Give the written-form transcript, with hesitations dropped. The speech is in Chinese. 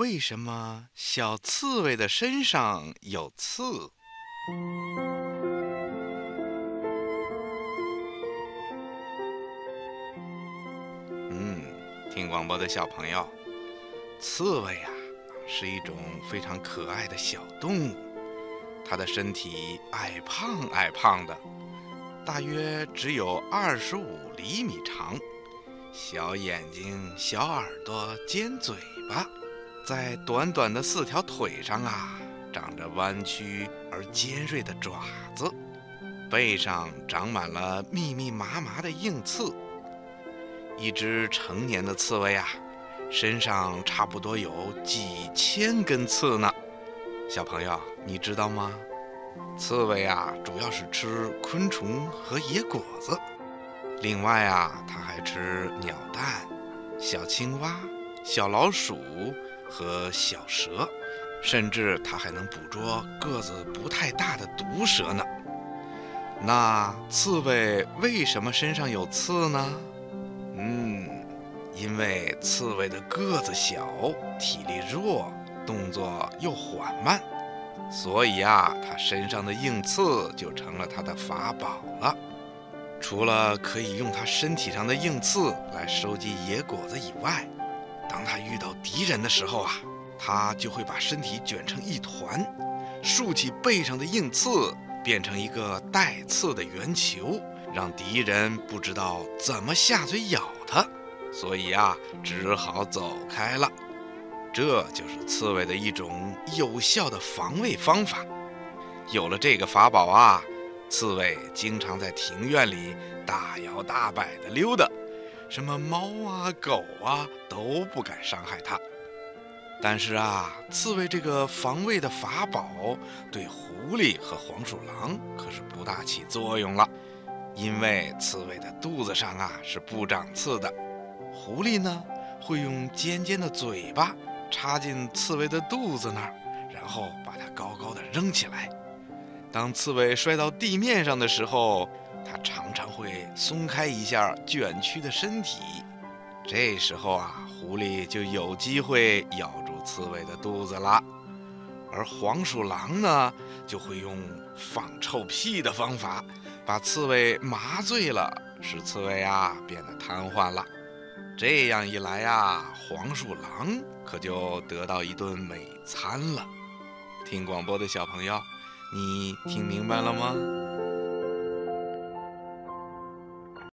为什么小刺猬的身上有刺？听广播的小朋友，刺猬是一种非常可爱的小动物，它的身体矮胖矮胖的，大约只有25厘米长，小眼睛、小耳朵、尖嘴巴，在短短的4条腿上长着弯曲而尖锐的爪子，背上长满了密密麻麻的硬刺。一只成年的刺猬身上差不多有几千根刺呢。小朋友，你知道吗？刺猬主要是吃昆虫和野果子，另外它还吃鸟蛋、小青蛙、小老鼠和小蛇，甚至它还能捕捉个子不太大的毒蛇呢。那刺猬为什么身上有刺呢？因为刺猬的个子小，体力弱，动作又缓慢，所以它身上的硬刺就成了它的法宝了。除了可以用它身体上的硬刺来收集野果子以外，当它遇到敌人的时候它就会把身体卷成一团，竖起背上的硬刺，变成一个带刺的圆球，让敌人不知道怎么下嘴咬它，所以只好走开了。这就是刺猬的一种有效的防卫方法。有了这个法宝刺猬经常在庭院里大摇大摆地溜达，什么猫狗都不敢伤害它。但是刺猬这个防卫的法宝对狐狸和黄鼠狼可是不大起作用了，因为刺猬的肚子上是不长刺的。狐狸呢，会用尖尖的嘴巴插进刺猬的肚子那儿，然后把它高高的扔起来。当刺猬摔到地面上的时候，它常常会松开一下卷曲的身体，这时候狐狸就有机会咬住刺猬的肚子了。而黄鼠狼呢，就会用放臭屁的方法把刺猬麻醉了，使刺猬变得瘫痪了。这样一来黄鼠狼可就得到一顿美餐了。听广播的小朋友，你听明白了吗？